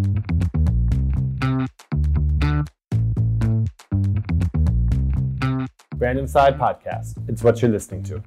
Random Side Podcast. It's what you're listening to.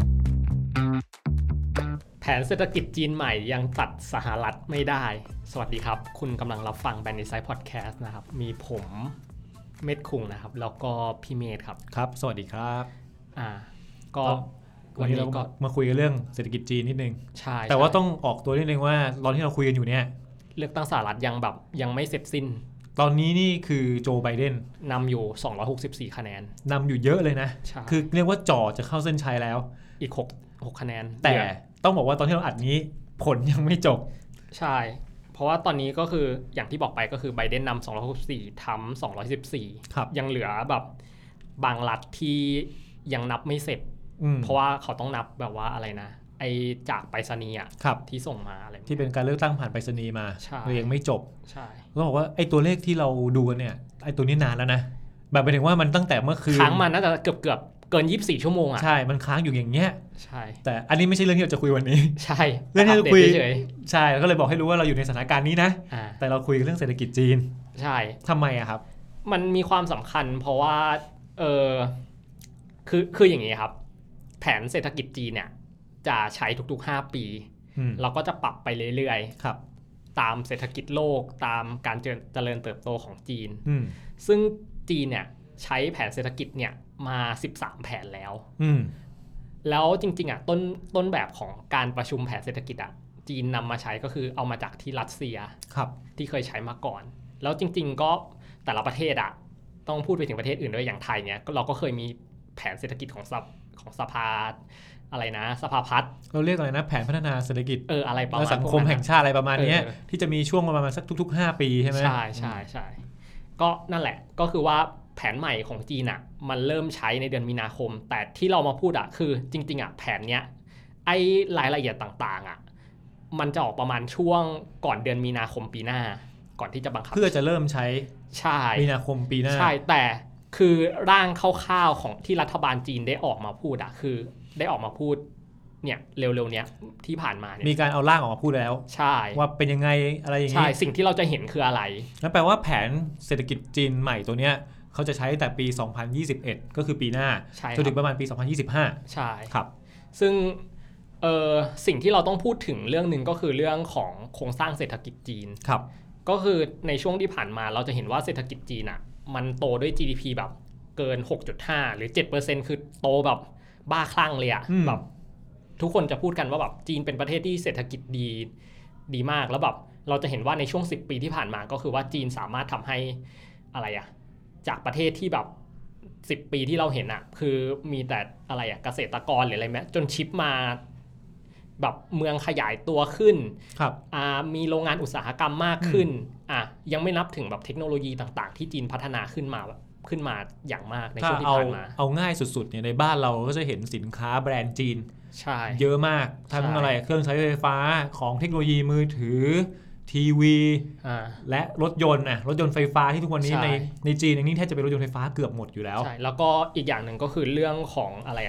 แผนเศรษฐกิจจีนใหม่ยังตัดสหรัฐไม่ได้สวัสดีครับคุณกำลังรับฟัง Random Side Podcast นะครับมีผมเม็ดคุงนะครับแล้วก็พี่เมธครับครับสวัสดีครับก็วันนี้เราก็มาคุยกันเรื่องเศรษฐกิจจีนนิดนึงใช่แต่ว่าต้องออกตัวนิดนึงว่าตอนที่เราคุยกันอยู่เนี่ยเลือกตั้งสหรัฐยังไม่เสร็จสิ้นตอนนี้นี่คือโจไบเดนนำอยู่264คะแนนนำอยู่เยอะเลยนะคือเรียกว่าจ่อจะเข้าเส้นชัยแล้วอีก6คะแนนแต่ต้องบอกว่าตอนที่เราอัดนี้ผลยังไม่จบใช่เพราะว่าตอนนี้ก็คืออย่างที่บอกไปก็คือไบเดนนำ264ทรัมป์214ยังเหลือแบบบางรัฐที่ยังนับไม่เสร็จเพราะว่าเขาต้องนับแบบว่าอะไรนะไอจากไปรษณีย์ที่ส่งมาอะไรที่เป็นการเลือกตั้งผ่านไปรษณีย์มายังไม่จบใช่ต้องบอกว่าไอตัวเลขที่เราดูกันเนี่ยไอตัวนี้นานแล้วนะแบบหมายถึงว่ามันตั้งแต่เมื่อคืนค้างมันน่าจะเกือบเกิน24ชั่วโมงใช่มันค้างอยู่อย่างเงี้ยใช่แต่อันนี้ไม่ใช่เรื่องที่เราจะคุยวันนี้ใช่เรื่องที่เราคุยใช่ก็เลยบอกให้รู้ว่าเราอยู่ในสถานการณ์นี้นะแต่เราคุยเรื่องเศรษฐกิจจีนใช่ทำไมอะครับมันมีความสำคัญเพราะว่าคืออย่างนี้ครับแผนเศรษฐกิจจีนเนี่ยจะใช้ทุกๆ5ปีเราก็จะปรับไปเรื่อยๆครับตามเศรษฐกิจโลกตามการเจริญเติบโตของจีนซึ่งจีนเนี่ยใช้แผนเศรษฐกิจเนี่ยมา13แผนแล้วแล้วจริงๆอ่ะต้นแบบของการประชุมแผนเศรษฐกิจอ่ะจีนนำมาใช้ก็คือเอามาจากที่รัสเซียที่เคยใช้มาก่อนแล้วจริงๆก็แต่ละประเทศอ่ะต้องพูดไปถึงประเทศอื่นด้วยอย่างไทยเนี่ยเราก็เคยมีแผนเศรษฐกิจของสภาอะไรนะสภาพัฒน์เราเรียกอะไรนะแผนพัฒนาเศรษฐกิจอะไรประมาณสังคมแห่งชาติอะไรประมาณนี้ที่จะมีช่วงประมาณสักทุกๆ5ปีใช่ไหมใช่ใช่ใช่ก็นั่นแหละก็คือว่าแผนใหม่ของจีนอ่ะมันเริ่มใช้ในเดือนมีนาคมแต่ที่เรามาพูดอ่ะคือจริงๆอ่ะแผนเนี้ยไอ้รายละเอียดต่างๆอ่ะมันจะออกประมาณช่วงก่อนเดือนมีนาคมปีหน้าก่อนที่จะบังคับเพื่อจะเริ่มใช้ใช่มีนาคมปีหน้าใช่แต่คือร่างคร่าวๆของที่รัฐบาลจีนได้ออกมาพูดอ่ะคือได้ออกมาพูดเนี่ยเร็วๆเนี้ยที่ผ่านมาเนี่ยมีการเอาร่างออกมาพูดแล้วใช่ว่าเป็นยังไงอะไรอย่างนี้ใช่สิ่งที่เราจะเห็นคืออะไรนั่นแปลว่าแผนเศรษฐกิจจีนใหม่ตัวเนี้ยเขาจะใช้แต่ปี2021ก็คือปีหน้าจนถึงประมาณปี2025 ใช่ครับซึ่งสิ่งที่เราต้องพูดถึงเรื่องนึงก็คือเรื่องของโครงสร้างเศรษฐกิจจีนครับก็คือในช่วงที่ผ่านมาเราจะเห็นว่าเศรษฐกิจจีนอ่ะมันโตด้วย GDP แบบเกิน 6.5 หรือ 7% คือโตแบบบ้าคลั่งเลยอ่ะแบบทุกคนจะพูดกันว่าแบบจีนเป็นประเทศที่เศรษฐกิจดีมากแล้วแบบเราจะเห็นว่าในช่วง10ปีที่ผ่านมาก็คือว่าจีนสามารถทำให้อะไรอ่ะจากประเทศที่แบบ10ปีที่เราเห็นอ่ะคือมีแต่อะไรอ่ะเกษตรกรหรืออะไรแม้จนชิปมาแบบเมืองขยายตัวขึ้นครับมีโรงงานอุตสาหกรรมมากขึ้นยังไม่นับถึงแบบเทคโนโลยีต่างๆที่จีนพัฒนาขึ้นมาอย่างมากในช่วงที่ผ่านมาเอาง่ายสุดๆเนี่ยในบ้านเราก็จะเห็นสินค้าแบรนด์จีนใช่เยอะมากทั้งอะไรเครื่องใช้ไฟฟ้าของเทคโนโลยีมือถือทีวีและรถยนต์ไฟฟ้าที่ทุกวันนี้ในจีนนี่แทบจะเป็นรถยนต์ไฟฟ้าเกือบหมดอยู่แล้วใช่แล้วก็อีกอย่างหนึ่งก็คือเรื่องของอะไร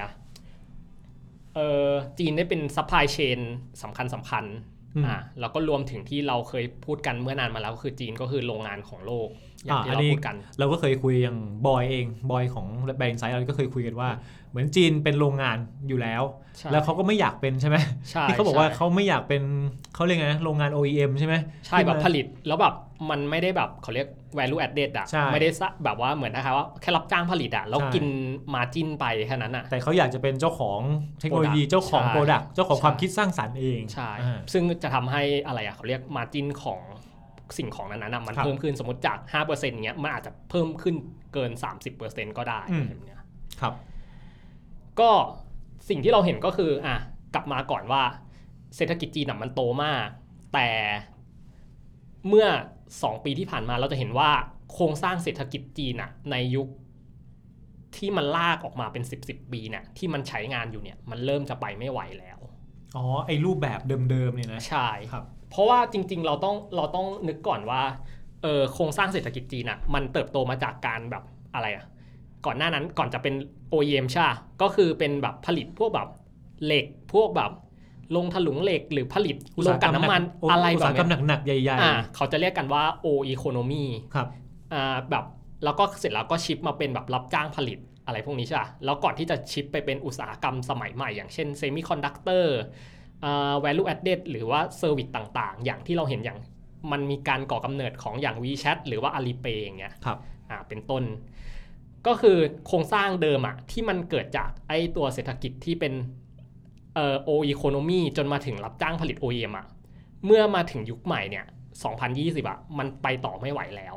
จีนได้เป็นซัพพลายเชนสำคัญแล้วก็รวมถึงที่เราเคยพูดกันเมื่อนานมาแล้วก็คือจีนก็คือโรงงานของโลกอย่างที่เราพูดกันเราก็เคยคุยอย่างบอยของแบรนด์ไซด์เราก็เคยคุยกันว่าเหมือนจีนเป็นโรงงานอยู่แล้วแล้วเขาก็ไม่อยากเป็นใช่ไหมที่เขาบอกว่าเขาไม่อยากเป็นเขาเรียกไงโรงงาน OEM ใช่ไหมใช่แบบผลิตแล้วแบบมันไม่ได้แบบเขาเรียก value added ไม่ได้แบบว่าเหมือนนะครับว่าแค่รับจ้างผลิตแล้วกิน margin ไปแค่นั้นแต่เขาอยากจะเป็นเจ้าของเทคโนโลยีเจ้าของ product เจ้าของความคิดสร้างสรรค์เองใช่ซึ่งจะทำให้อะไรเขาเรียก margin ของสิ่งของนั้นมันเพิ่มขึ้นสมมติจาก 5% เงี้ยมันอาจจะเพิ่มขึ้นเกิน 30% ก็ได้แบบนี้ครับก็สิ่งที่เราเห็นก็คือกลับมาก่อนว่าเศรษฐกิจจีนมันโตมากแต่เมื่อ2ปีที่ผ่านมาเราจะเห็นว่าโครงสร้างเศรษฐกิจจีนในยุคที่มันลากออกมาเป็น10ปีเนี่ยที่มันใช้งานอยู่เนี่ยมันเริ่มจะไปไม่ไหวแล้วไอ้รูปแบบเดิมๆเนี่ยนะใช่ครับเพราะว่าจริงๆเราต้องนึกก่อนว่าโครงสร้างเศรษฐกิจจีนมันเติบโตมาจากการแบบอะไรก่อนหน้านั้นก่อนจะเป็น OEM ใช่ก็คือเป็นแบบผลิตพวกแบบเหล็กพวกแบบลงถลุงเหล็กหรือผลิตโรงกลั่นน้ำมันอะไรแบบนี้อุตสาหกรรมหนักๆใหญ่ๆเขาจะเรียกกันว่า O economy ครับแบบแล้วก็เสร็จแล้วก็ชิปมาเป็นแบบรับจ้างผลิตอะไรพวกนี้ใช่ป่ะแล้วก่อนที่จะชิปไปเป็นอุตสาหกรรมสมัยใหม่อย่างเช่นเซมิคอนดักเตอร์value added หรือว่าเซอร์วิสต่างๆอย่างที่เราเห็นอย่างมันมีการก่อกำเนิดของอย่าง WeChat หรือว่า Alipay อย่างเงี้ยครับเป็นต้นก็คือโครงสร้างเดิมที่มันเกิดจากไอ้ตัวเศรษฐกิจที่เป็นO economy จนมาถึงรับจ้างผลิต OEM เมื่อมาถึงยุคใหม่เนี่ย2020มันไปต่อไม่ไหวแล้ว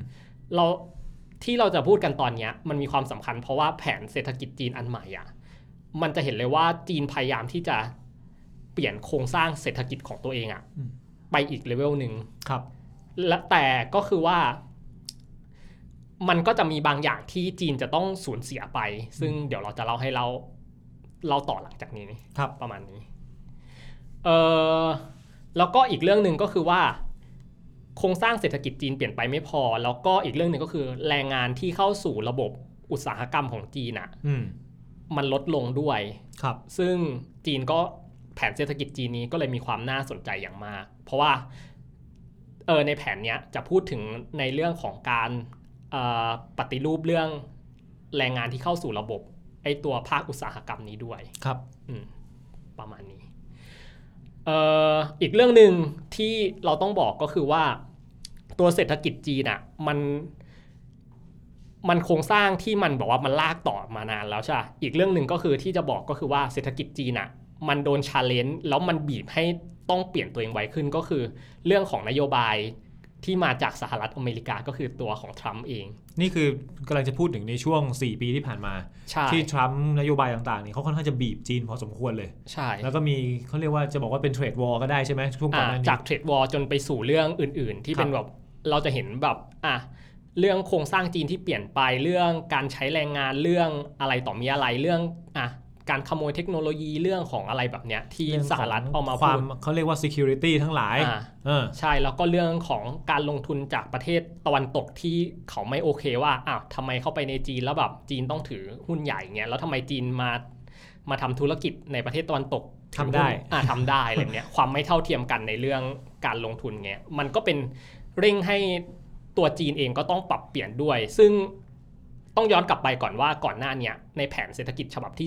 เราจะพูดกันตอนนี้มันมีความสำคัญเพราะว่าแผนเศรษฐกิจจีนอันใหม่มันจะเห็นเลยว่าจีนพยายามที่จะเปลี่ยนโครงสร้างเศรษฐกิจของตัวเองไปอีกเลเวลนึงครับและแต่ก็คือว่ามันก็จะมีบางอย่างที่จีนจะต้องสูญเสียไปซึ่งเดี๋ยวเราจะเล่าให้เราต่อหลังจากนี้ประมาณนี้แล้วก็อีกเรื่องนึงก็คือว่าโครงสร้างเศรษฐกิจจีนเปลี่ยนไปไม่พอแล้วก็อีกเรื่องนึงก็คือแรงงานที่เข้าสู่ระบบอุตสาหกรรมของจีนมันลดลงด้วยครับซึ่งจีนก็แผนเศรษฐกิจจีนนี้ก็เลยมีความน่าสนใจอย่างมากเพราะว่าในแผนนี้จะพูดถึงในเรื่องของการปฏิรูปเรื่องแรงงานที่เข้าสู่ระบบไอ้ตัวภาคอุตสาหกรรมนี้ด้วยครับประมาณนี้อีกเรื่องนึงที่เราต้องบอกก็คือว่าตัวเศรษฐกิจจีนมันโครงสร้างที่มันบอกว่ามันลากต่อมานานแล้วใช่อีกเรื่องนึงก็คือที่จะบอกก็คือว่าเศรษฐกิจจีนมันโดน challenge แล้วมันบีบให้ต้องเปลี่ยนตัวเองไวขึ้นก็คือเรื่องของนโยบายที่มาจากสหรัฐอเมริกาก็คือตัวของทรัมป์เองนี่คือกำลังจะพูดถึงในช่วง4ปีที่ผ่านมาที่ทรัมป์นโยบายต่างๆนี่เขาค่อนข้างจะบีบจีนพอสมควรเลยใช่แล้วก็มีเขาเรียกว่าจะบอกว่าเป็นเทรดวอร์ก็ได้ใช่ไหมช่วงก่อนหน้านี้จากเทรดวอร์จนไปสู่เรื่องอื่นๆที่เป็นแบบเราจะเห็นแบบเรื่องโครงสร้างจีนที่เปลี่ยนไปเรื่องการใช้แรงงานเรื่องอะไรต่อมีอะไรเรื่องการขโมยเทคโนโลยีเรื่องของอะไรแบบเนี้ยที่สหรัฐเอามาพูดเขาเรียกว่า security ทั้งหลายใช่แล้วก็เรื่องของการลงทุนจากประเทศตะวันตกที่เขาไม่โอเคว่าทำไมเข้าไปในจีนแล้วแบบจีนต้องถือหุ้นใหญ่เงี้ยแล้วทำไมจีนมาทำธุรกิจในประเทศตะวันตกทำได้อะไรเนี้ยความไม่เท่าเทียมกันในเรื่องการลงทุนเงี้ยมันก็เป็นเร่งให้ตัวจีนเองก็ต้องปรับเปลี่ยนด้วยซึ่งต้องย้อนกลับไปก่อนว่าก่อนหน้านี้ในแผนเศรษฐกิจฉบับที่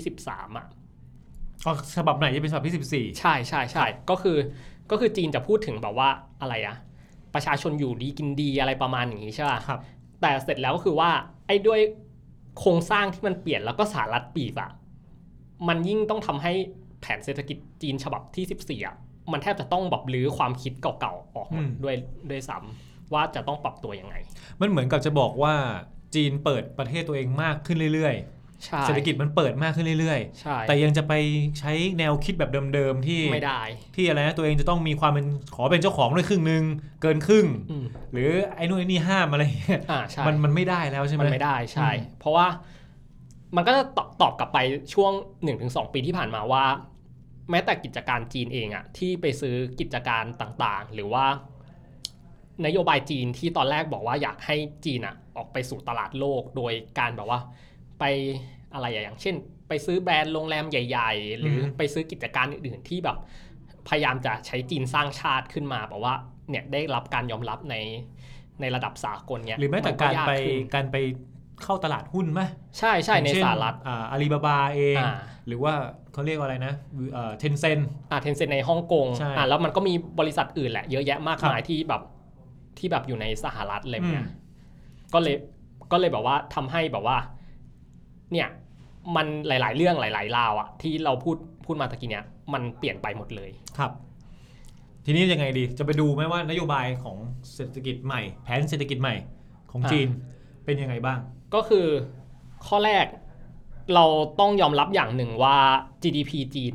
13 ฉบับไหนจะเป็นฉบับที่14 ใช่ก็คือจีนจะพูดถึงแบบว่าอะไรประชาชนอยู่ดีกินดีอะไรประมาณนี้ใช่ป่ะครับแต่เสร็จแล้วก็คือว่าไอ้ด้วยโครงสร้างที่มันเปลี่ยนแล้วก็สหรัฐบีบมันยิ่งต้องทำให้แผนเศรษฐกิจจีนฉบับที่14มันแทบจะต้องแบบรื้อความคิดเก่าๆออกหมดด้วยซ้ำว่าจะต้องปรับตัวยังไงมันเหมือนกับจะบอกว่าจีนเปิดประเทศตัวเองมากขึ้นเรื่อยๆเศรษฐกิจมันเปิดมากขึ้นเรื่อยๆแต่ยังจะไปใช้แนวคิดแบบเดิมๆที่ไม่ได้ที่อะไรนะตัวเองจะต้องมีความเป็นขอเป็นเจ้าของด้วยครึ่งนึงเกินครึ่งหรือไอ้นู่นไอ้นี่ห้ามอะไรมันไม่ได้แล้วใช่ไหมมันไม่ได้ใช่เพราะว่ามันก็จะตอบกลับไปช่วง 1-2 ปีที่ผ่านมาว่าแม้แต่กิจการจีนเองที่ไปซื้อกิจการต่างๆหรือว่านโยบายจีนที่ตอนแรกบอกว่าอยากให้จีนออกไปสู่ตลาดโลกโดยการแบบว่าไปอะไรอย่างเช่นไปซื้อแบรนด์โรงแรมใหญ่ๆหรือไปซื้อกิจการอื่นๆที่แบบพยายามจะใช้จีนสร้างชาติขึ้นมาแบบว่าเนี่ยได้รับการยอมรับในระดับสากลเนี่ยหรือแม้แต่การไปเข้าตลาดหุ้นไหมใช่ในสหรัฐอาลีบาบาเองหรือว่าเขาเรียกว่าอะไรนะเทนเซ็นในฮ่องกงแล้วมันก็มีบริษัทอื่นแหละเยอะแยะมากมายที่แบบอยู่ในสหรัฐอะไรแบบเนี้ยก็เลยแบบว่าทำให้แบบว่าเนี่ยมันหลายๆเรื่องหลายๆราวที่เราพูดมาตะกี้เนี้ยมันเปลี่ยนไปหมดเลยครับทีนี้ยังไงดีจะไปดูไหมว่านโยบายของเศรษฐกิจใหม่แผนเศรษฐกิจใหม่ของจีนเป็นยังไงบ้างก็คือข้อแรกเราต้องยอมรับอย่างหนึ่งว่า GDP จีน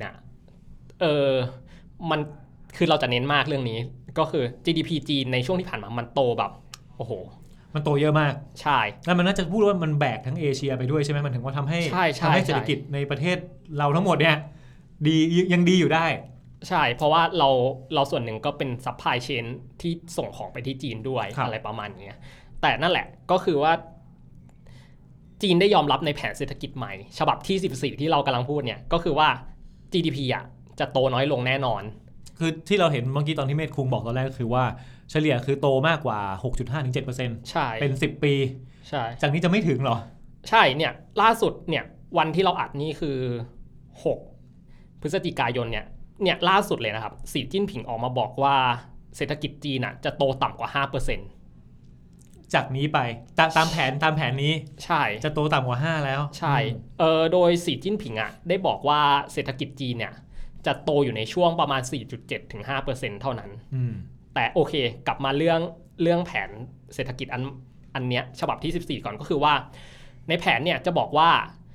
มันคือเราจะเน้นมากเรื่องนี้ก็คือ GDP จีนในช่วงที่ผ่านมามันโตแบบโอ้โหมันโตเยอะมากใช่แล้วมันน่าจะพูดว่ามันแบกทั้งเอเชียไปด้วยใช่ไหมมันถึงว่าทำให้เศรษฐกิจในประเทศเราทั้งหมดเนี่ยดียังดีอยู่ได้ใช่เพราะว่าเราส่วนหนึ่งก็เป็นซัพพลายเชนที่ส่งของไปที่จีนด้วยอะไรประมาณนี้แต่นั่นแหละก็คือว่าจีนได้ยอมรับในแผนเศรษฐกิจใหม่ฉบับที่14ที่เรากำลังพูดเนี่ยก็คือว่า GDP จะโตน้อยลงแน่นอนคือที่เราเห็นเมื่อกี้ตอนที่เมธคุงบอกตอนแรกก็คือว่าเฉลี่ยคือโตมากกว่า 6.5-7% ใช่เป็น10ปีใช่จากนี้จะไม่ถึงหรอใช่เนี่ยล่าสุดเนี่ยวันที่เราอัดนี่คือ6พฤศจิกายนเนี่ยล่าสุดเลยนะครับสีจิ้นผิงออกมาบอกว่าเศรษฐกิจจีนน่ะจะโตต่ำกว่า 5% จากนี้ไปตามแผนนี้ใช่จะโตต่ำกว่า5แล้วใช่โดยสีจิ้นผิงอ่ะได้บอกว่าเศรษฐกิจจีนเนี่ยจะโตอยู่ในช่วงประมาณ 4.7-5% เท่านั้นแต่โอเคกลับมาเรื่องแผนเศรษฐกิจอันเนี้ยฉบับที่14ก่อนก็คือว่าในแผนเนี่ยจะบอกว่า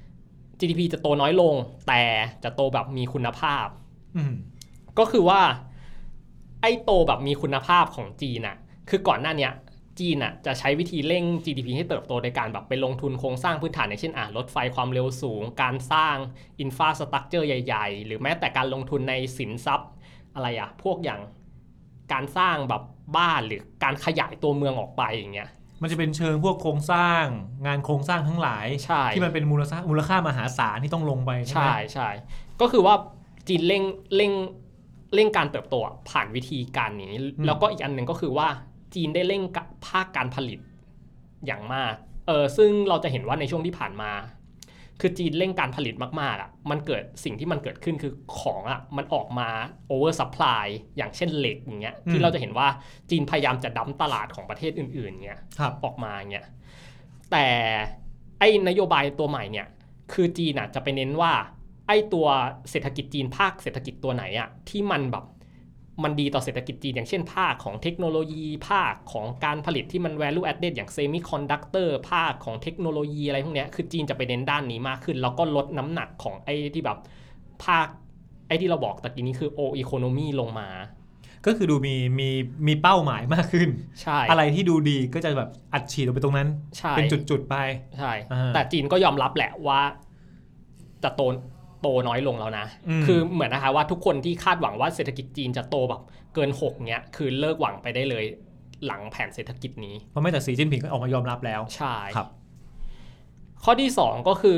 GDP จะโตน้อยลงแต่จะโตแบบมีคุณภาพก็คือว่าไอ้โตแบบมีคุณภาพของจีนน่ะคือก่อนหน้านี้จีนน่ะจะใช้วิธีเร่ง GDP ให้เติบโตโดยการแบบไปลงทุนโครงสร้างพื้นฐานอย่างเช่นรถไฟความเร็วสูงการสร้างอินฟราสตรัคเจอร์ใหญ่ๆหรือแม้แต่การลงทุนในสินทรัพย์อะไรพวกอย่างการสร้างแบบบ้านหรือการขยายตัวเมืองออกไปอย่างเงี้ยมันจะเป็นเชิงพวกโครงสร้างงานโครงสร้างทั้งหลายที่มันเป็นมูลค่ามหาศาลที่ต้องลงไปใช่ไหมใช่ก็คือว่าจีนเร่งการเติบโตผ่านวิธีการนี้แล้วก็อีกอันหนึ่งก็คือว่าจีนได้เร่งภาคการผลิตอย่างมากซึ่งเราจะเห็นว่าในช่วงที่ผ่านมาคือจีนเร่งการผลิตมากๆมันเกิดสิ่งที่มันเกิดขึ้นคือของมันออกมาโอเวอร์ซัพพลายอย่างเช่นเหล็กอย่างเงี้ยที่เราจะเห็นว่าจีนพยายามจะดั้มตลาดของประเทศอื่นๆเงี้ยออกมาเงี้ยแต่ไอ้นโยบายตัวใหม่เนี่ยคือจีนจะไปเน้นว่าไอ้ตัวเศรษฐกิจจีนภาคเศรษฐกิจตัวไหนที่มันแบบมันดีต่อเศรษฐกิจจีนอย่างเช่นภาคของเทคโนโลยีภาคของการผลิตที่มัน value added อย่างเซมิคอนดักเตอร์ภาคของเทคโนโลยีอะไรพวกนี้คือจีนจะไปเน้นด้านนี้มากขึ้นแล้วก็ลดน้ำหนักของไอ้ที่แบบภาคไอ้ที่เราบอกตะกี้นี้คือ O economy ลงมาก็คือดูมีเป้าหมายมากขึ้นใช่อะไรที่ดูดีก็จะแบบอัดฉีดลงไปตรงนั้นเป็นจุดๆไปใช่แต่จีนก็ยอมรับแหละว่าจะโตน้อยลงแล้วนะคือเหมือนนะคะว่าทุกคนที่คาดหวังว่าเศรษฐกิจจีนจะโตแบบเกิน6เนี้ยคือเลิกหวังไปได้เลยหลังแผนเศรษฐกิจนี้เพราะไม่แต่สีจิ้นผิงก็ออกมายอมรับแล้วใช่ครับข้อที่2ก็คือ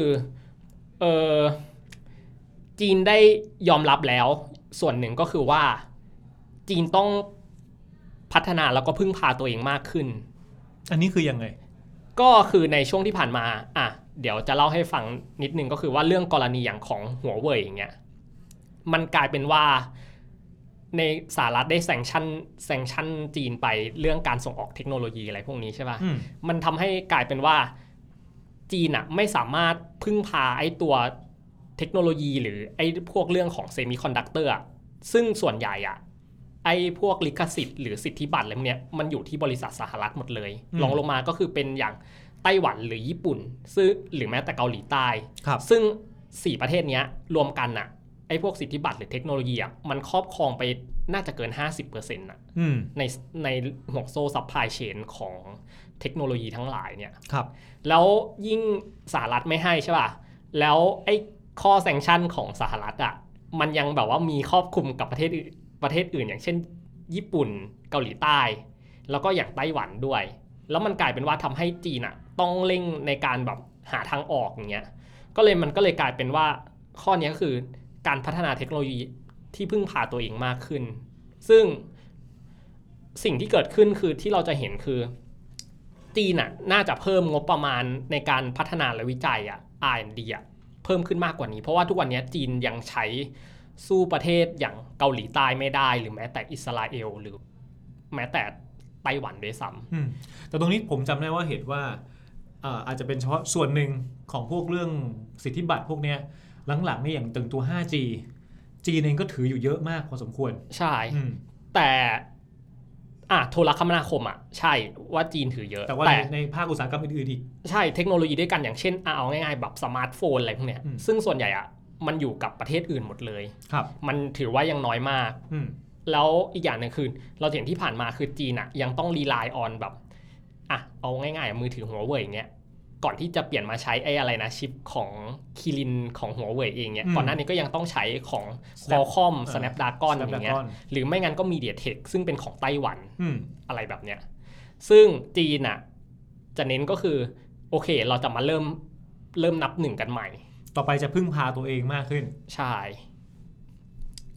จีนได้ยอมรับแล้วส่วนหนึ่งก็คือว่าจีนต้องพัฒนาแล้วก็พึ่งพาตัวเองมากขึ้นอันนี้คือยังไงก็คือในช่วงที่ผ่านมาเดี๋ยวจะเล่าให้ฟังนิดนึงก็คือว่าเรื่องกรณีอย่างของหัวเว่ยอย่างเงี้ยมันกลายเป็นว่าในสหรัฐได้แซงชั่นจีนไปเรื่องการส่งออกเทคโนโลยีอะไรพวกนี้ใช่ป่ะมันทำให้กลายเป็นว่าจีนไม่สามารถพึ่งพาไอ้ตัวเทคโนโลยีหรือไอ้พวกเรื่องของเซมิคอนดักเตอร์ซึ่งส่วนใหญ่ไอ้พวกลิขสิทธิ์หรือสิทธิบัตรอะไรพวกนี้มันอยู่ที่บริษัทสหรัฐหมดเลยรองลงมาก็คือเป็นอย่างไต้หวันหรือญี่ปุ่นซึ่งหรือแม้แต่เกาหลีใต้ซึ่ง4ประเทศนี้รวมกันไอ้พวกสิทธิบัตรหรือเทคโนโลยีมันครอบครองไปน่าจะเกิน 50% ในห่วงโซ่ซัพพลายเชนของเทคโนโลยีทั้งหลายเนี่ยแล้วยิ่งสหรัฐไม่ให้ใช่ป่ะแล้วไอ้ข้อแซงชั่นของสหรัฐมันยังแบบว่ามีครอบคลุมกับประเทศอื่นอย่างเช่นญี่ปุ่นเกาหลีใต้แล้วก็อย่างไต้หวันด้วยแล้วมันกลายเป็นว่าทำให้จีนต้องเร่งในการแบบหาทางออกอย่างเงี้ยมันก็เลยกลายเป็นว่าข้อนี้ก็คือการพัฒนาเทคโนโลยีที่พึ่งพาตัวเองมากขึ้นซึ่งสิ่งที่เกิดขึ้นคือที่เราจะเห็นคือจีนน่าจะเพิ่มงบประมาณในการพัฒนาและวิจัยR&D เพิ่มขึ้นมากกว่านี้เพราะว่าทุกวันนี้จีนยังใช้สู้ประเทศอย่างเกาหลีใต้ไม่ได้หรือแม้แต่อิสราเอลหรือแม้แต่ไต้หวันด้วยซ้ำแต่ตรงนี้ผมจำได้ว่าเห็นว่าอาจจะเป็นเฉพาะส่วนหนึ่งของพวกเรื่องสิทธิบัตรพวกนี้หลังๆนี่อย่างตึงตัว 5G จีนเองก็ถืออยู่เยอะมากพอสมควรใช่แต่โทรคมนาคมใช่ว่าจีนถือเยอะแต่ว่าในภาคอุตสาหกรรมอื่นๆอีกใช่เทคโนโลยีด้วยกันอย่างเช่นเอาง่ายๆแบบสมาร์ทโฟนอะไรพวกเนี้ยซึ่งส่วนใหญ่มันอยู่กับประเทศอื่นหมดเลยมันถือว่ายังน้อยมากแล้วอีกอย่างนึงคือเราเห็นที่ผ่านมาคือจีนยังต้องรีไลน์ออนแบบเอาง่ายๆมือถือหัวเว่ยอย่างเงี้ยก่อนที่จะเปลี่ยนมาใช้ไอ้อะไรนะชิปของคิรินของหัวเว่ยเองเนี่ยก่อนหน้านี้ก็ยังต้องใช้ของ Qualcomm Snapdragon อย่างเงี้ยหรือไม่งั้นก็ MediaTek ซึ่งเป็นของไต้หวันอะไรแบบเนี้ยซึ่งจีนจะเน้นก็คือโอเคเราจะมาเริ่มนับหนึ่งกันใหม่ต่อไปจะพึ่งพาตัวเองมากขึ้นใช่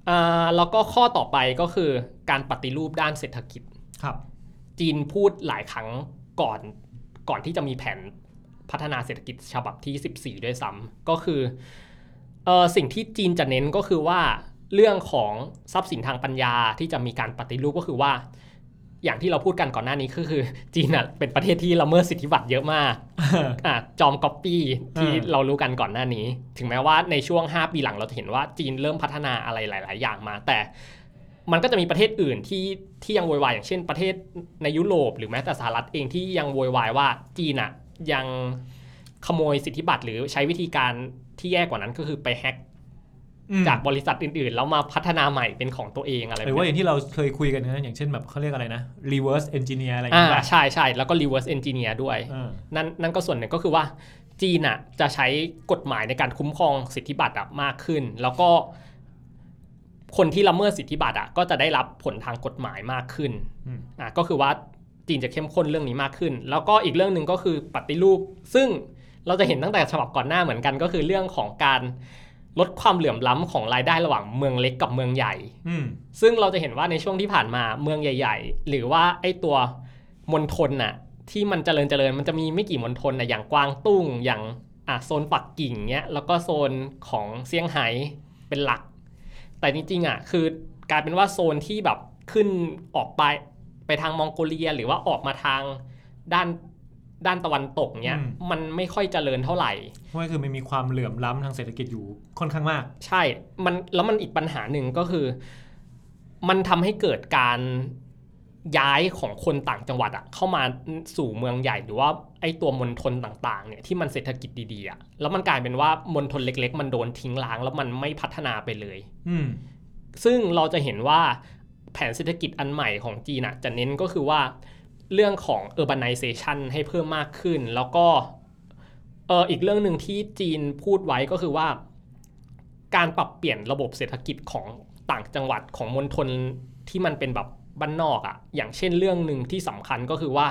แล้วก็ข้อต่อไปก็คือการปฏิรูปด้านเศรษฐกิจครับจีนพูดหลายครั้งก่อนที่จะมีแผนพัฒนาเศรษฐกิจฉบับที่14ด้วยซ้ำก็คือสิ่งที่จีนจะเน้นก็คือว่าเรื่องของทรัพย์สินทางปัญญาที่จะมีการปฏิรูปก็คือว่าอย่างที่เราพูดกันก่อนหน้านี้คือจีนเป็นประเทศที่ละเมิดสิทธิบัตรเยอะมากจอมก๊อปปี้ที่เรารู้กันก่อนหน้านี้ถึงแม้ว่าในช่วง5ปีหลังเราจะเห็นว่าจีนเริ่มพัฒนาอะไรหลายๆอย่างมาแต่มันก็จะมีประเทศอื่นที่ยังโวยวายอย่างเช่นประเทศในยุโรปหรือแม้แต่สหรัฐเองที่ยังโวยวายว่าจีนยังขโมยสิทธิบัตรหรือใช้วิธีการที่แย่กว่านั้นก็คือไปแฮกจากบริษัทอื่นๆแล้วมาพัฒนาใหม่เป็นของตัวเองอะไรหรือว่าอย่างที่เราเคยคุยกันนะอย่างเช่นแบบเขาเรียกอะไรนะ reverse engineer อะไรอย่างเงี้ยใช่ๆแล้วก็ reverse engineer ด้วยนั่นก็ส่วนหนึ่งก็คือว่าจีนจะใช้กฎหมายในการคุ้มครองสิทธิบัตรมากขึ้นแล้วก็คนที่ละเมิดสิทธิบัตรก็จะได้รับผลทางกฎหมายมากขึ้นก็คือว่าจีนจะเข้มข้นเรื่องนี้มากขึ้นแล้วก็อีกเรื่องนึงก็คือปฏิรูปซึ่งเราจะเห็นตั้งแต่ฉบับก่อนหน้าเหมือนกันก็คือเรื่องของการลดความเหลื่อมล้ำของรายได้ระหว่างเมืองเล็กกับเมืองใหญ่ซึ่งเราจะเห็นว่าในช่วงที่ผ่านมาเมืองใหญ่ๆหรือว่าไอ้ตัวมณฑลที่มันเจริญมันจะมีไม่กี่มณฑลอย่างกวางตุ้งอย่างโซนปักกิ่งเนี้ยแล้วก็โซนของเซี่ยงไฮ้เป็นหลักแต่จริงๆคือกลายเป็นว่าโซนที่แบบขึ้นออกไปทางมองโกเลียหรือว่าออกมาทางด้านตะวันตกเนี้ยมันไม่ค่อยเจริญเท่าไหร่เพราะคือมันมีความเหลื่อมล้ำทางเศรษฐกิจอยู่ค่อนข้างมากใช่แล้วมันอีกปัญหาหนึ่งก็คือมันทำให้เกิดการย้ายของคนต่างจังหวัดเข้ามาสู่เมืองใหญ่หรือว่าไอ้ตัวมณฑลต่างๆเนี่ยที่มันเศรษฐกิจดีๆแล้วมันกลายเป็นว่ามณฑลเล็กๆมันโดนทิ้งร้างแล้วมันไม่พัฒนาไปเลยซึ่งเราจะเห็นว่าแผนเศรษฐกิจอันใหม่ของจีนจะเน้นก็คือว่าเรื่องของ urbanization ให้เพิ่มมากขึ้นแล้วก็อีกเรื่องนึงที่จีนพูดไว้ก็คือว่าการปรับเปลี่ยนระบบเศรษฐกิจของต่างจังหวัดของมณฑลที่มันเป็นแบบบ้านนอกอย่างเช่นเรื่องนึงที่สำคัญก็คือว่า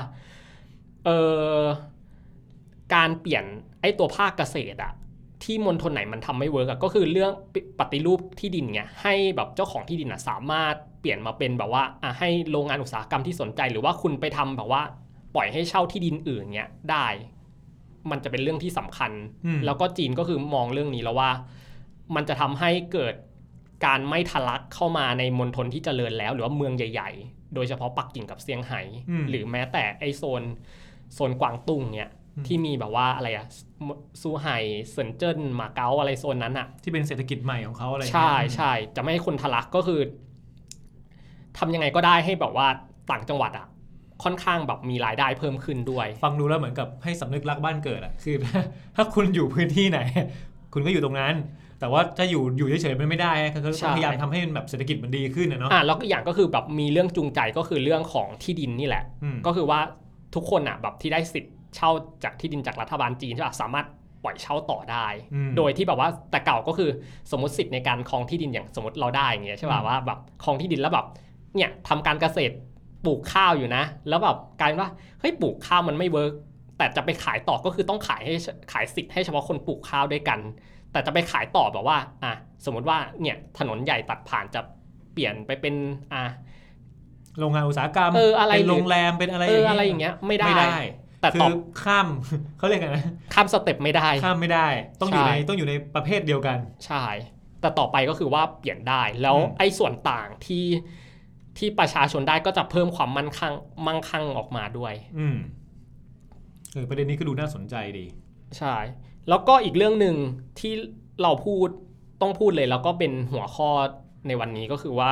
การเปลี่ยนไอ้ตัวภาคเกษตรที่มณฑลไหนมันทำไม่เวิร์กก็คือเรื่องปฏิรูปที่ดินไงให้แบบเจ้าของที่ดินสามารถเปลี่ยนมาเป็นแบบว่าให้โรงงานอุตสาหกรรมที่สนใจหรือว่าคุณไปทำแบบว่าปล่อยให้เช่าที่ดินอื่นเนี้ยได้มันจะเป็นเรื่องที่สำคัญแล้วก็จีนก็คือมองเรื่องนี้แล้วว่ามันจะทำให้เกิดการไม่ทะลักเข้ามาในมณฑลที่เจริญแล้วหรือว่าเมืองใหญ่ๆโดยเฉพาะปักกิ่งกับเซี่ยงไฮ้หรือแม้แต่ไอโซนกวางตุ้งเนี้ยที่มีแบบว่าอะไรซูไห่เซินเจิ้นมาเก๊าอะไรโซนนั้นที่เป็นเศรษฐกิจใหม่ของเขาอะไรใช่จะไม่ให้คนทะลักก็คือทำยังไงก็ได้ให้แบบว่าต่างจังหวัดค่อนข้างแบบมีรายได้เพิ่มขึ้นด้วยฟังดูแล้วเหมือนกับให้สำนึกรักบ้านเกิดคือถ้าคุณอยู่พื้นที่ไหนคุณก็อยู่ตรงนั้นแต่ว่าถ้าอยู่เฉยๆมันไม่ได้ก็พยายามทำให้แบบเศรษฐกิจมันดีขึ้นเนาะแล้วอีกอย่างก็คือแบบมีเรื่องจูงใจก็คือเรื่องของที่ดินนี่แหละก็คือว่าทุกคนแบบที่ได้สิทธิ์เช่าจากที่ดินจากรัฐบาลจีนใช่ป่ะสามารถปล่อยเช่าต่อได้โดยที่แบบว่าแต่เก่าก็คือสมมติสิทธิ์ในการครองที่ดินอย่างสมมติเราได้อย่างเงี้ยใช่ป่ะว่าแบบครองที่ดินแล้วแบบเนี่ยทำการเกษตรปลูกข้าวอยู่นะแล้วแบบกลายว่าเฮ้ยปลูกข้าวมันไม่เวิร์กแต่จะไปขายต่อก็คือต้องขายสิทธิ์ให้เฉพาะคนปลูกข้าวด้วยกันแต่จะไปขายต่อแบบว่าสมมติว่าเนี่ยถนนใหญ่ตัดผ่านจะเปลี่ยนไปเป็นโรงงานอุตสาหกรรมเป็นโรงแรมเป็นอะไรอย่างเงี้ยไม่ได้แต่คือข้ามเขาเรียกไงนะข้ามสเต็ปไม่ได้ต้องอยู่ในประเภทเดียวกันใช่แต่ต่อไปก็คือว่าเปลี่ยนได้แล้วไอ้ส่วนต่างที่ประชาชนได้ก็จะเพิ่มความมั่งคั่งออกมาด้วยประเด็นนี้ก็ดูน่าสนใจดีใช่แล้วก็อีกเรื่องนึงที่เราต้องพูดเลยแล้วก็เป็นหัวข้อในวันนี้ก็คือว่า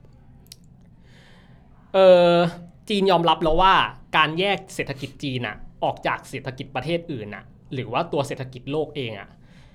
จีนยอมรับแล้วว่าการแยกเศรษฐกิจจีนออกจากเศรษฐกิจประเทศอื่นหรือว่าตัวเศรษฐกิจโลกเอง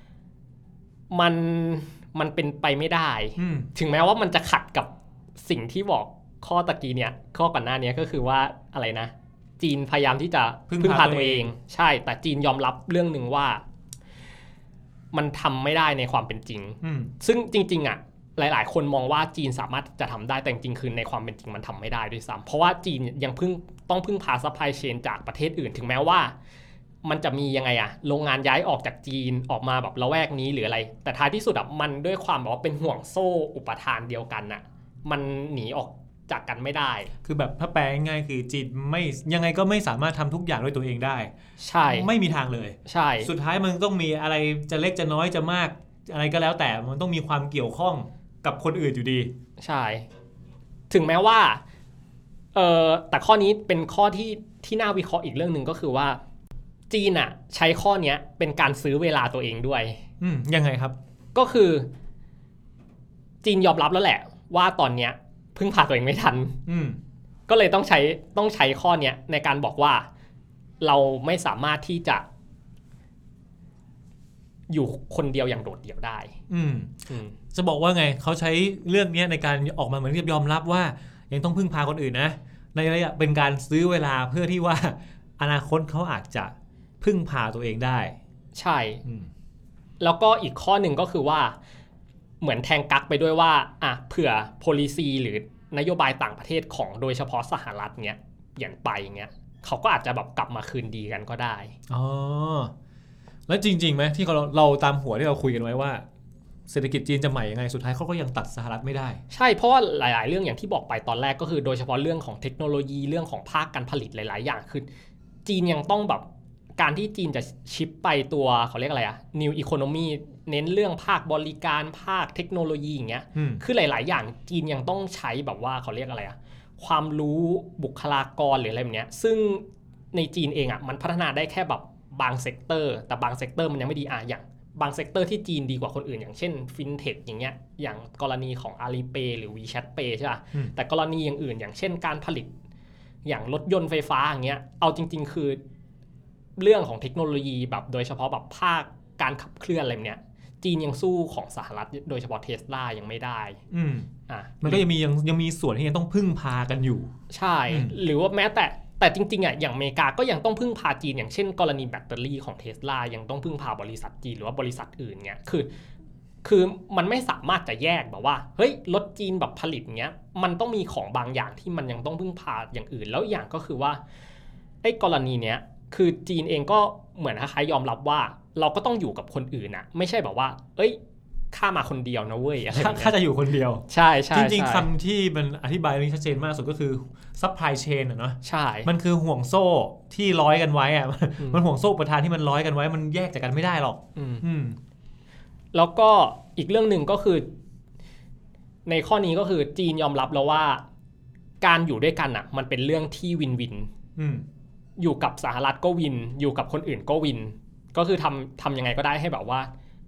มันเป็นไปไม่ได้ถึงแม้ว่ามันจะขัดกับสิ่งที่บอกข้อตะกี้เนี่ยข้อก่อนหน้านี้ก็คือว่าอะไรนะจีนพยายามที่จะพึ่งพาตัวเองใช่แต่จีนยอมรับเรื่องนึงว่ามันทำไม่ได้ในความเป็นจริงซึ่งจริงๆหลายๆคนมองว่าจีนสามารถจะทำได้แต่จริงๆคือในความเป็นจริงมันทำไม่ได้ด้วยซ้ำเพราะว่าจีนยังต้องพึ่งพาซัพพลายเชนจากประเทศอื่นถึงแม้ว่ามันจะมียังไงอะโรงงานย้ายออกจากจีนออกมาแบบละแวกนี้หรืออะไรแต่ท้ายที่สุดอะมันด้วยความแบบว่าเป็นห่วงโซ่อุปทานเดียวกันน่ะมันหนีออกจากกันไม่ได้คือแบบถ้าแปลง่ายๆคือจีนไม่ยังไงก็ไม่สามารถทำทุกอย่างด้วยตัวเองได้ใช่ไม่มีทางเลยใช่สุดท้ายมันต้องมีอะไรจะเล็กจะน้อยจะมากอะไรก็แล้วแต่มันต้องมีความเกี่ยวข้องกับคนอื่นอยู่ดีใช่ถึงแม้ว่าแต่ข้อนี้เป็นข้อที่น่าวิเคราะห์อีกเรื่องนึงก็คือว่าจีนอะใช้ข้อนี้เป็นการซื้อเวลาตัวเองด้วยยังไงครับก็คือจีนยอมรับแล้วแหละว่าตอนเนี้ยพึ่งพาตัวเองไม่ทันก็เลยต้องใช้ข้อนี้ในการบอกว่าเราไม่สามารถที่จะอยู่คนเดียวอย่างโดดเดี่ยวได้จะบอกว่าไงเขาใช้เรื่องนี้ในการออกมาเหมือนกับยอมรับว่ายังต้องพึ่งพาคนอื่นนะในระยะเป็นการซื้อเวลาเพื่อที่ว่าอนาคตเขาอาจจะพึ่งพาตัวเองได้ใช่แล้วก็อีกข้อหนึ่งก็คือว่าเหมือนแทงกั๊กไปด้วยว่าเผื่อ policy หรือนโยบายต่างประเทศของโดยเฉพาะสหรัฐเนี้ยเปลี่ยนไปเงี้ยเขาก็อาจจะแบบกลับมาคืนดีกันก็ได้อ๋อแล้วจริงๆไหมที่เราตามหัวที่เราคุยกันไว้ว่าเศรษฐกิจจีนจะใหม่ยังไงสุดท้ายเขาก็ยังตัดสหรัฐไม่ได้ใช่เพราะว่าหลายๆเรื่องอย่างที่บอกไปตอนแรกก็คือโดยเฉพาะเรื่องของเทคโนโลยีเรื่องของภาคการผลิตหลายๆอย่างคือจีนยังต้องแบบการที่จีนจะชิปไปตัวเขาเรียกอะไรNew Economy เน้นเรื่องภาคบริการภาคเทคโนโลยีอย่างเงี้ยคือหลายๆอย่างจีนยังต้องใช้แบบว่าเขาเรียกอะไรความรู้บุคลากรหรืออะไรแบบเนี้ยซึ่งในจีนเองมันพัฒนาได้แค่แบบบางเซกเตอร์แต่บางเซกเตอร์มันยังไม่ดีอย่างบางเซกเตอร์ที่จีนดีกว่าคนอื่นอย่างเช่นฟินเทคอย่างเงี้ยอย่างกรณีของ Alipay หรือ WeChat Pay ใช่ป่ะแต่กรณีอย่างอื่นอย่างเช่นการผลิตอย่างรถยนต์ไฟฟ้าอย่างเงี้ยเอาจริงๆคือเรื่องของเทคโนโลยีแบบโดยเฉพาะแบบภาคการขับเคลื่อนอะไรเนี้ยจีนยังสู้ของสหรัฐโดยเฉพาะ Tesla ยังไม่ได้มันก็ยังมีส่วนที่ยังต้องพึ่งพากันอยู่ใช่หรือว่าแม้แต่จริงๆอย่างอเมริกาก็ยังต้องพึ่งพาจีนอย่างเช่นกรณีแบตเตอรี่ของ Tesla ยังต้องพึ่งพาบริษัทจีนหรือว่าบริษัทอื่นเงี้ยคือมันไม่สามารถจะแยกแบบว่าเฮ้ยรถจีนแบบผลิตเงี้ยมันต้องมีของบางอย่างที่มันยังต้องพึ่งพาอย่างอื่นแล้วอย่างก็คือว่าไอ้กรณีเนี้ยคือจีนเองก็เหมือนคล้ายๆยอมรับว่าเราก็ต้องอยู่กับคนอื่นไม่ใช่แบบว่าเอ้ยข้ามาคนเดียวนะเว้ยอะไรแบบนี้ข้าจะอยู่คนเดียวใช่ใช่จริงๆคำที่มันอธิบายเรื่องชัดเจนมากสุดก็คือ supply chain เนาะใช่มันคือห่วงโซ่ที่ร้อยกันไว้มันห่วงโซ่ประทานที่มันร้อยกันไว้มันแยกจากกันไม่ได้หรอกแล้วก็อีกเรื่องหนึ่งก็คือในข้อนี้ก็คือจีนยอมรับแล้วว่าการอยู่ด้วยกันมันเป็นเรื่องที่วินวินอยู่กับสหรัฐก็วินอยู่กับคนอื่นก็วินก็คือทำยังไงก็ได้ให้แบบว่า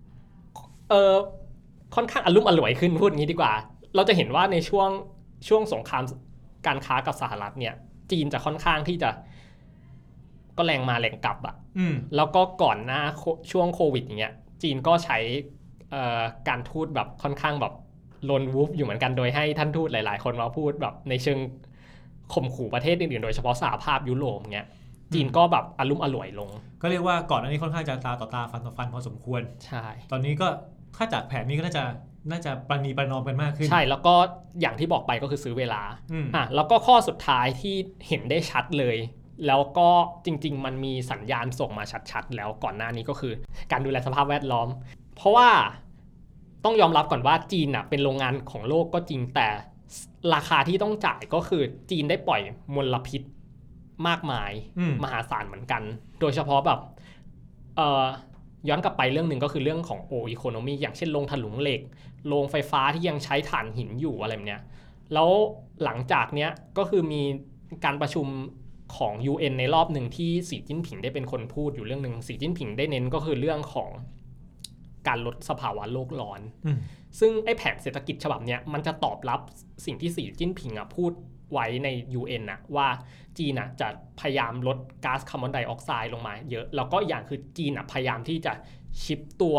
ค่อนข้างอลุ่มอล่วยขึ้นพูดงี้ดีกว่าเราจะเห็นว่าในช่วงสงครามการค้ากับสหรัฐเนี่ยจีนจะค่อนข้างที่จะก็แรงมาแรงกลับแล้วก็ก่อนหน้าช่วงโควิดอย่างเงี้ยจีนก็ใช้การทูตแบบค่อนข้างแบบโลนวูฟอยู่เหมือนกันโดยให้ท่านทูตหลายๆคนมาพูดแบบในเชิงข่มขู่ประเทศอื่นๆโดยเฉพาะสหภาพยุโรปเงี้ยจีนก็แบบอลุ่มอล่วยลงก็เรียกว่าก่อนอันนี้ค่อนข้างจะตาต่อตาฟันต่อฟันพอสมควรใช่ตอนนี้ก็ถ้าจากแผนนี้ก็น่าจะประนีประนอมกันมากขึ้นใช่แล้วก็อย่างที่บอกไปก็คือซื้อเวลาแล้วก็ข้อสุดท้ายที่เห็นได้ชัดเลยแล้วก็จริงๆมันมีสัญญาณส่งมาชัดๆแล้วก่อนหน้านี้ก็คือการดูแลสภาพแวดล้อมเพราะว่าต้องยอมรับก่อนว่าจีนเป็นโรงงานของโลกก็จริงแต่ราคาที่ต้องจ่ายก็คือจีนได้ปล่อยมลพิษมากมายมหาศาลเหมือนกันโดยเฉพาะแบบย้อนกลับไปเรื่องหนึ่งก็คือเรื่องของอีโคโนมีอย่างเช่นโรงถลุงเหล็กโรงไฟฟ้าที่ยังใช้ถ่านหินอยู่อะไรแบบเนี้ยแล้วหลังจากเนี้ยก็คือมีการประชุมของ UN ในรอบหนึ่งที่สีจิ้นผิงได้เป็นคนพูดอยู่เรื่องนึงสีจิ้นผิงได้เน้นก็คือเรื่องของการลดสภาวะโลกร้อนซึ่งไอ้แผนเศรษฐกิจฉบับเนี้ยมันจะตอบรับสิ่งที่สีจิ้นผิงพูดไว้ใน UN ว่าจีนจะพยายามลดก๊าซคาร์บอนไดออกไซด์ลงมาเยอะแล้วก็อย่างคือจีนพยายามที่จะชิปตั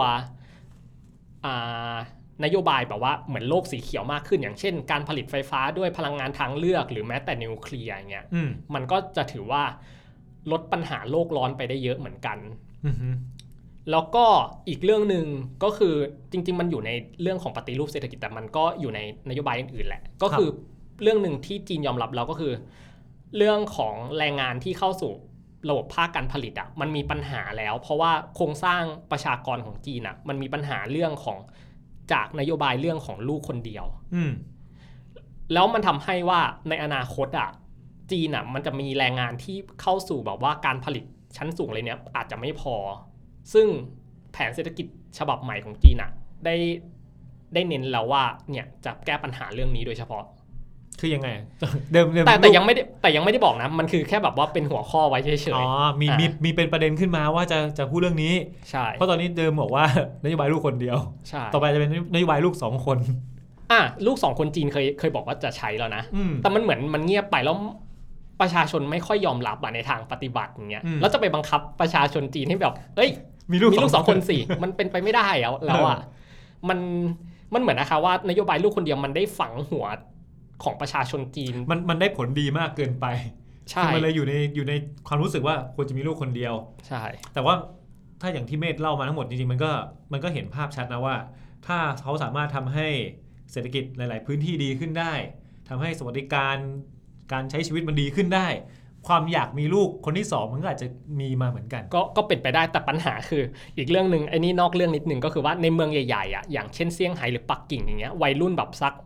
วนโยบายแบบว่าเหมือนโลกสีเขียวมากขึ้นอย่างเช่นการผลิตไฟฟ้าด้วยพลังงานทางเลือกหรือแม้แต่นิวเคลียร์อย่างเงี้ยมันก็จะถือว่าลดปัญหาโลกร้อนไปได้เยอะเหมือนกันแล้วก็อีกเรื่องนึงก็คือจริงๆมันอยู่ในเรื่องของปฏิรูปเศรษฐกิจแต่มันก็อยู่ในนโยบายอื่นๆแหละก็คือเรื่องนึงที่จีนยอมรับแล้วก็คือเรื่องของแรงงานที่เข้าสู่ระบบภาคการผลิตอ่ะมันมีปัญหาแล้วเพราะว่าโครงสร้างประชากรของจีนอ่ะมันมีปัญหาเรื่องของจากนโยบายเรื่องของลูกคนเดียวแล้วมันทำให้ว่าในอนาคตอ่ะจีนอ่ะมันจะมีแรงงานที่เข้าสู่แบบว่าการผลิตชั้นสูงเลยเนี้ยอาจจะไม่พอซึ่งแผนเศรษฐกิจฉบับใหม่ของจีนอ่ะได้เน้นแล้วว่าเนี่ยจะแก้ปัญหาเรื่องนี้โดยเฉพาะคือยังไงเดิมแต่ยังไม่ได้บอกนะมันคือแค่แบบว่าเป็นหัวข้อไว้เฉยๆอ๋อมีเป็นประเด็นขึ้นมาว่าจะพูดเรื่องนี้ใช่เพราะตอนนี้เดิมบอกว่านโยบายลูกคนเดียวใช่ต่อไปจะเป็นนโยบายลูก2คนลูก2คนจีนเคยบอกว่าจะใช้แล้วนะแต่มันเหมือนมันเงียบไปแล้วประชาชนไม่ค่อยยอมรับในทางปฏิบัติอย่างเงี้ยแล้วจะไปบังคับประชาชนจีนให้แบบเอ้ยมีลูก2คนสิมันเป็นไปไม่ได้แล้วอ่ะมันเหมือนนะคะว่านโยบายลูกคนเดียวมันได้ฝังหัวของประชาชนจีนมันได้ผลดีมากเกินไปใช่มันเลยอยู่ในความรู้สึกว่าควรจะมีลูกคนเดียวใช่แต่ว่าถ้าอย่างที่เมธเล่ามาทั้งหมดจริงๆมันก็เห็นภาพชัดนะว่าถ้าเขาสามารถทำให้เศรษฐกิจหลายๆพื้นที่ดีขึ้นได้ทำให้สวัสดิการใช้ชีวิตมันดีขึ้นได้ความอยากมีลูกคนที่2มันก็อาจจะมีมาเหมือนกันก็เป็นไปได้แต่ปัญหาคืออีกเรื่องนึงไอ้นี่นอกเรื่องนิดนึงก็คือว่าในเมืองใหญ่ๆอ่ะอย่างเช่นเซี่ยงไฮ้หรือปักกิ่งอย่างเงี้ยวัยรุ่นแบบสัก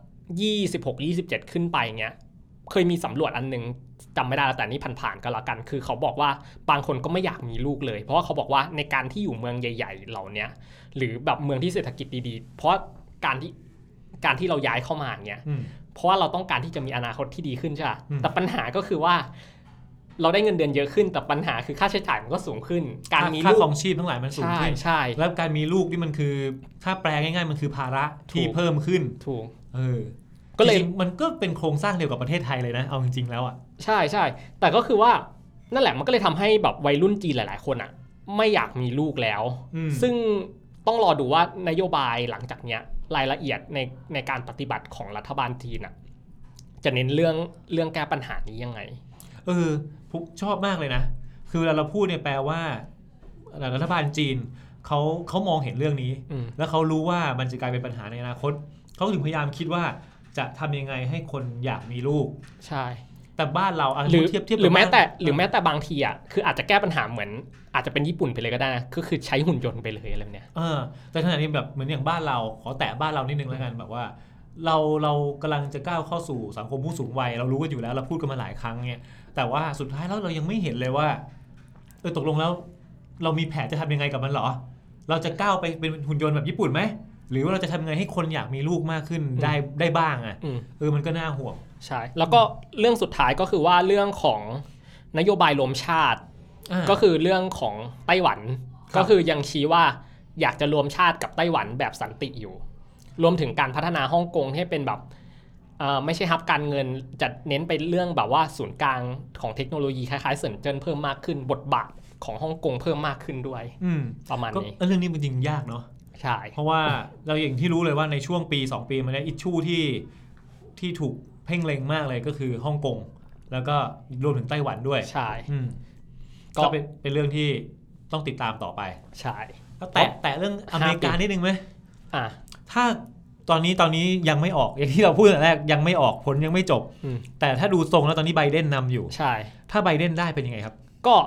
26-27ขึ้นไปเงี้ยเคยมีสำรวจอันนึงจำไม่ได้แล้วแต่นี่ผ่านๆก็แล้วกันคือเขาบอกว่าบางคนก็ไม่อยากมีลูกเลยเพราะว่าเขาบอกว่าในการที่อยู่เมืองใหญ่ๆเหล่านี้หรือแบบเมืองที่เศรษฐกิจดีๆเพราะการที่เราย้ายเข้ามาเงี้ยเพราะว่าเราต้องการที่จะมีอนาคตที่ดีขึ้นใช่ไหมแต่ปัญหาก็คือว่าเราได้เงินเดือนเยอะขึ้นแต่ปัญหาคือค่าใช้จ่ายมันก็สูงขึ้นการมีลูกค่าครองชีพทั้งหลายมันสูงขึ้นใช่แล้วการมีลูกนี่มันคือถ้าแปลง่ายๆมันคือภาระที่เพิ่มขึ้นถูกก็เลยมันก็เป็นโครงสร้างเดียวกับประเทศไทยเลยนะเอาจริงๆแล้วอ่ะใช่แต่ก็คือว่านั่นแหละมันก็เลยทำให้แบบวัยรุ่นจีนหลายๆคนอ่ะไม่อยากมีลูกแล้วซึ่งต้องรอดูว่านโยบายหลังจากเนี้ยรายละเอียดในการปฏิบัติของรัฐบาลจีนอ่ะจะเน้นเรื่องแก้ปัญหานี้ยังไงผมชอบมากเลยนะคือเวลาเราพูดเนี่ยแปลว่ารัฐบาลจีนเขามองเห็นเรื่องนี้แล้วเขารู้ว่ามันจะกลายเป็นปัญหาในอนาคตเขาถึงพยายามคิดว่าจะทำยังไงให้คนอยากมีลูกใช่แต่บ้านเราหรือแม้แต่บางทีอ่ะคืออาจจะแก้ปัญหาเหมือนอาจจะเป็นญี่ปุ่นไปเลยก็ได้นะคือใช้หุ่นยนต์ไปเลยอะไรแบบเนี้ยแต่ขณะนี้แบบเหมือนอย่างบ้านเราขอแตะบ้านเรานิดนึงแล้วกันแบบว่าเรากำลังจะก้าวเข้าสู่สังคมผู้สูงวัยเรารู้กันอยู่แล้วเราพูดกันมาหลายครั้งเนี่ยแต่ว่าสุดท้ายแล้วเรายังไม่เห็นเลยว่าตกลงแล้วเรามีแผนจะทำยังไงกับมันหรอเราจะก้าวไปเป็นหุ่นยนต์แบบญี่ปุ่นไหมหรือว่าเราจะทำยังไงให้คนอยากมีลูกมากขึ้นได้บ้างมันก็น่าห่วงใช่แล้วก็เรื่องสุดท้ายก็คือว่าเรื่องของนโยบายรวมชาติก็คือเรื่องของไต้หวันก็คือยังชี้ว่าอยากจะรวมชาติกับไต้หวันแบบสันติอยู่รวมถึงการพัฒนาฮ่องกงให้เป็นแบบไม่ใช่ฮับการเงินจะเน้นไปเรื่องแบบว่าศูนย์กลางของเทคโนโลยีคล้ายๆเซินเจิ้นเพิ่มมากขึ้นบทบาทของฮ่องกงเพิ่มมากขึ้นด้วยประมาณนี้เรื่องนี้มันจริงยากเนาะใช่เพราะว่าเราอย่างที่รู้เลยว่าในช่วงปี2ปีมานี้อิชชูที่ถูกเพ่งเล็งมากเลยก็คือฮ่องกงแล้วก็รวมถึงไต้หวันด้วยใช่ก็เป็นเรื่องที่ต้องติดตามต่อไปใช่แต่เรื่องอเมริกานิดนึงไหมถ้าตอนนี้ยังไม่ออกอย่างที่เราพูดตั้งแต่แรกยังไม่ออกผลยังไม่จบแต่ถ้าดูทรงแล้วตอนนี้ไบเดนนำอยู่ใช่ถ้าไบเดนได้เป็นยังไงครับก็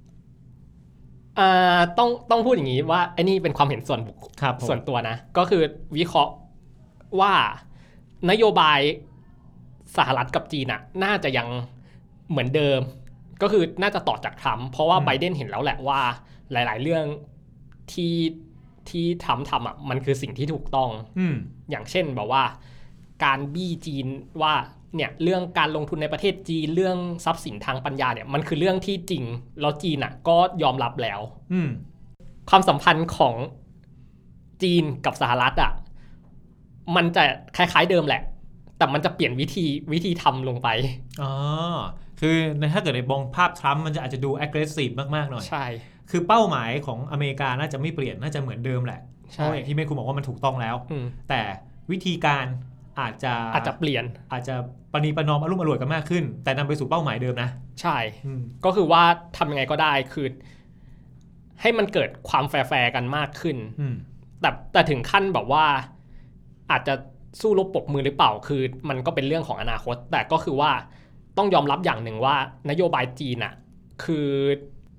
ต้องพูดอย่างนี้ว่าไอ้นี่เป็นความเห็นส่วนตัวนะก็คือวิเคราะห์ว่านโยบายสหรัฐกับจีนน่าจะยังเหมือนเดิมก็คือน่าจะต่อจากทรัมป์เพราะว่าไบเดนเห็นแล้วแหละว่าหลายๆเรื่องที่ทรัมป์ทำมันคือสิ่งที่ถูกต้องอย่างเช่นแบบว่าการบี้จีนว่าเนี่ยเรื่องการลงทุนในประเทศจีนเรื่องทรัพย์สินทางปัญญาเนี่ยมันคือเรื่องที่จริงแล้วจีนก็ยอมรับแล้วความสัมพันธ์ของจีนกับสหรัฐมันจะคล้ายๆเดิมแหละแต่มันจะเปลี่ยนวิธีทำลงไปคือถ้าเกิดในมองภาพทรัมป์มันจะอาจจะดู aggressive มากๆหน่อยใช่คือเป้าหมายของอเมริกาน่าจะไม่เปลี่ยนน่าจะเหมือนเดิมแหละเพราะอย่างที่แม่คุณบอกว่ามันถูกต้องแล้วแต่วิธีการอาจจะเปลี่ยนอาจจะปณีประนอมอารมณ์อร่วยกันมากขึ้นแต่นำไปสู่เป้าหมายเดิมนะใช่ก็คือว่าทำยังไงก็ได้คือให้มันเกิดความแฟร์กันมากขึ้นแต่ถึงขั้นแบบว่าอาจจะสู้รบปรบมือหรือเปล่าคือมันก็เป็นเรื่องของอนาคตแต่ก็คือว่าต้องยอมรับอย่างหนึ่งว่านโยบายจีนคือ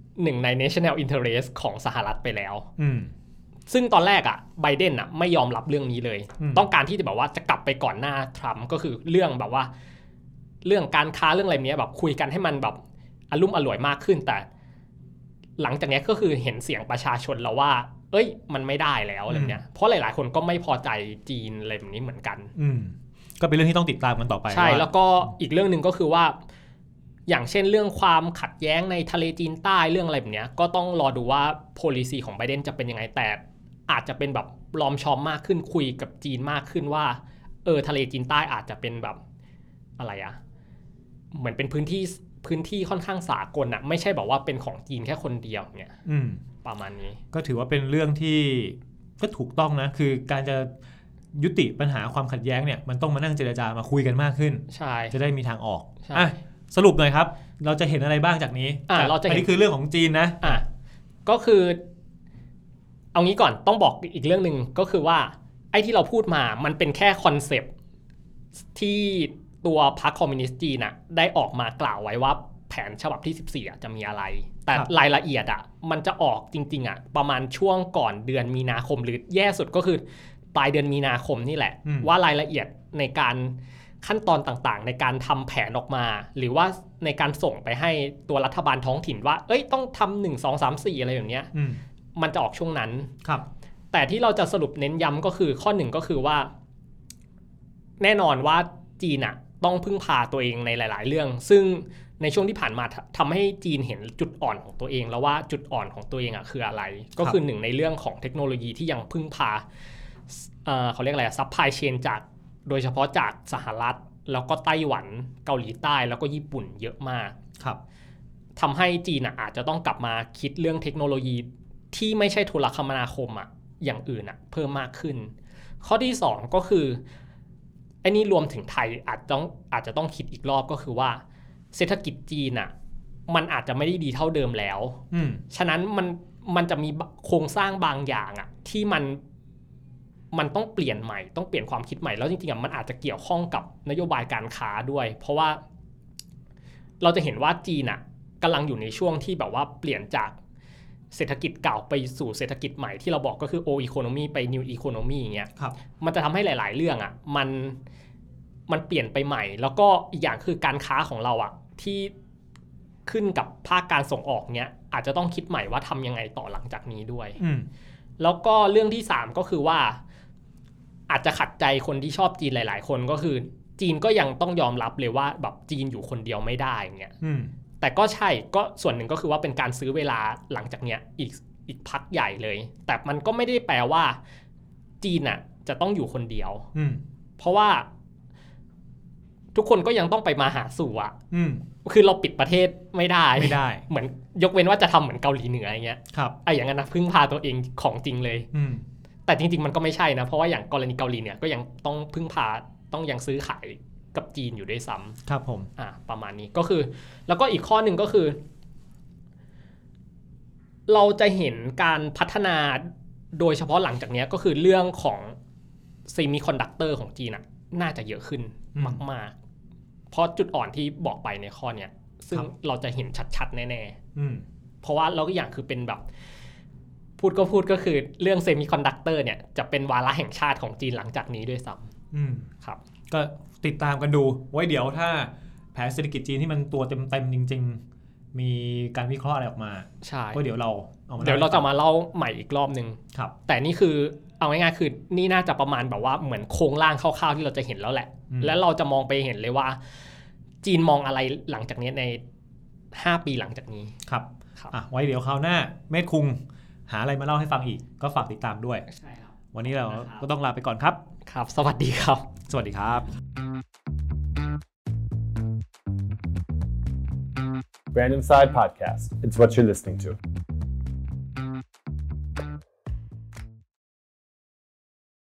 หนึ่งใน national interest ของสหรัฐไปแล้วซึ่งตอนแรกอ่ะไบเดนอ่ะไม่ยอมรับเรื่องนี้เลยต้องการที่จะแบบว่าจะกลับไปก่อนหน้าทรัมป์ก็คือเรื่องแบบว่าเรื่องการค้าเรื่องอะไรเนี้ยแบบคุยกันให้มันแบบอลุ่มอล่วยมากขึ้นแต่หลังจากนี้ก็คือเห็นเสียงประชาชนแล้วว่าเอ้ยมันไม่ได้แล้วอะไรเนี้ยเพราะหลายๆคนก็ไม่พอใจจีนอะไรแบบนี้เหมือนกันก็เป็นเรื่องที่ต้องติดตามกันต่อไปใช่แล้วก็อีกเรื่องนึงก็คือว่าอย่างเช่นเรื่องความขัดแย้งในทะเลจีนใต้เรื่องอะไรแบบนี้ก็ต้องรอดูว่า policy ของไบเดนจะเป็นยังไงแต่อาจจะเป็นแบบลอมชอมมากขึ้นคุยกับจีนมากขึ้นว่าทะเลจีนใต้อาจจะเป็นแบบอะไรอะเหมือนเป็นพื้นที่ค่อนข้างสากลอะไม่ใช่แบบว่าเป็นของจีนแค่คนเดียวเนี่ยประมาณนี้ก็ถือว่าเป็นเรื่องที่ก็ถูกต้องนะคือการจะยุติปัญหาความขัดแย้งเนี่ยมันต้องมานั่งเจรจามาคุยกันมากขึ้นใช่จะได้มีทางออกสรุปหน่อยครับเราจะเห็นอะไรบ้างจากนี้อันนี้คือเรื่องของจีนนะก็คือเอางี้ก่อนต้องบอกอีกเรื่องนึงก็คือว่าไอ้ที่เราพูดมามันเป็นแค่คอนเซปต์ที่ตัวพรรคคอมมิวนิสต์จีนน่ะได้ออกมากล่าวไว้ว่าแผนฉบับที่14จะมีอะไรแต่รายละเอียดมันจะออกจริงๆประมาณช่วงก่อนเดือนมีนาคมหรือแย่สุดก็คือปลายเดือนมีนาคมนี่แหละว่ารายละเอียดในการขั้นตอนต่างๆในการทำแผนออกมาหรือว่าในการส่งไปให้ตัวรัฐบาลท้องถิ่นว่าต้องทำ1 2 3 4อะไรอย่างเนี้ยมันจะออกช่วงนั้นครับแต่ที่เราจะสรุปเน้นย้ำก็คือข้อหนึ่งก็คือว่าแน่นอนว่าจีนต้องพึ่งพาตัวเองในหลายๆเรื่องซึ่งในช่วงที่ผ่านมาทำให้จีนเห็นจุดอ่อนของตัวเองแล้วว่าจุดอ่อนของตัวเองคืออะไรก็คือหนึ่งในเรื่องของเทคโนโลยีที่ยังพึ่งพาเขาเรียกอะไรซัพพลายเชนจากโดยเฉพาะจากสหรัฐแล้วก็ไต้หวันเกาหลีใต้แล้วก็ญี่ปุ่นเยอะมากครับทำให้จีนอาจจะต้องกลับมาคิดเรื่องเทคโนโลยีที่ไม่ใช่โทรคมนาคมอย่างอื่นเพิ่มมากขึ้นข้อที่2ก็คือไอ้นี่รวมถึงไทยอาจจะต้องคิดอีกรอบก็คือว่าเศรษฐกิจจีนมันอาจจะไม่ได้ดีเท่าเดิมแล้วฉะนั้นมันจะมีโครงสร้างบางอย่างที่มันต้องเปลี่ยนใหม่ต้องเปลี่ยนความคิดใหม่แล้วจริงๆมันอาจจะเกี่ยวข้องกับนโยบายการค้าด้วยเพราะว่าเราจะเห็นว่าจีนกำลังอยู่ในช่วงที่แบบว่าเปลี่ยนจากเศรษฐกิจเก่าไปสู่เศรษฐกิจใหม่ที่เราบอกก็คือ old economy ไป new economy อย่างเงี้ยมันจะทำให้หลายๆเรื่องมันเปลี่ยนไปใหม่แล้วก็อีกอย่างคือการค้าของเราที่ขึ้นกับภาคการส่งออกเนี้ยอาจจะต้องคิดใหม่ว่าทำยังไงต่อหลังจากนี้ด้วยแล้วก็เรื่องที่3ก็คือว่าอาจจะขัดใจคนที่ชอบจีนหลายๆคนก็คือจีนก็ยังต้องยอมรับเลยว่าแบบจีนอยู่คนเดียวไม่ได้เงี้ยแต่ก็ใช่ก็ส่วนหนึ่งก็คือว่าเป็นการซื้อเวลาหลังจากเนี้ยอีกพักใหญ่เลยแต่มันก็ไม่ได้แปลว่าจีนจะต้องอยู่คนเดียวเพราะว่าทุกคนก็ยังต้องไปมาหาสู่คือเราปิดประเทศไม่ได้เหมือนยกเว้นว่าจะทำเหมือนเกาหลีเหนืออย่างเงี้ยอย่างนั้นพึ่งพาตัวเองของจริงเลยแต่จริงๆมันก็ไม่ใช่นะเพราะว่าอย่างกรณีเกาหลีเนี่ยก็ยังต้องพึ่งพาต้องยังซื้อขายกับจีนอยู่ด้วยซ้ำครับผมประมาณนี้ก็คือแล้วก็อีกข้อหนึ่งก็คือเราจะเห็นการพัฒนาโดยเฉพาะหลังจากนี้ก็คือเรื่องของเซมิคอนดักเตอร์ของจีนน่าจะเยอะขึ้นมากๆเพราะจุดอ่อนที่บอกไปในข้อเนี้ยซึ่งเราจะเห็นชัดๆแน่ๆเพราะว่าเราก็อย่างคือเป็นแบบพูดก็คือเรื่องเซมิคอนดักเตอร์เนี่ยจะเป็นวาระแห่งชาติของจีนหลังจากนี้ด้วยซ้ำครับก็ติดตามกันดูไว้เดี๋ยวถ้าแผนเศรษฐกิจจีนที่มันตัวเต็มจริงๆมีการวิเคราะห์อะไรออกมาใช่ก็เดี๋ยวเราจะมาเล่าใหม่อีกรอบนึงครับแต่นี่คือเอาง่ายๆคือนี่น่าจะประมาณแบบว่าเหมือนโครงร่างคร่าวๆที่เราจะเห็นแล้วแหละแล้วเราจะมองไปเห็นเลยว่าจีนมองอะไรหลังจากนี้ใน5 ปีหลังจากนี้ครับไว้เดี๋ยวคราวหน้าเมธคุงหาอะไรมาเล่าให้ฟังอีกก็ฝากติดตามด้วยใช่ครับวันนี้เราก็ต้องลาไปก่อนครับครับสวัสดีครับสวัสดีครับ Random Side Podcast. It's what you're listening to.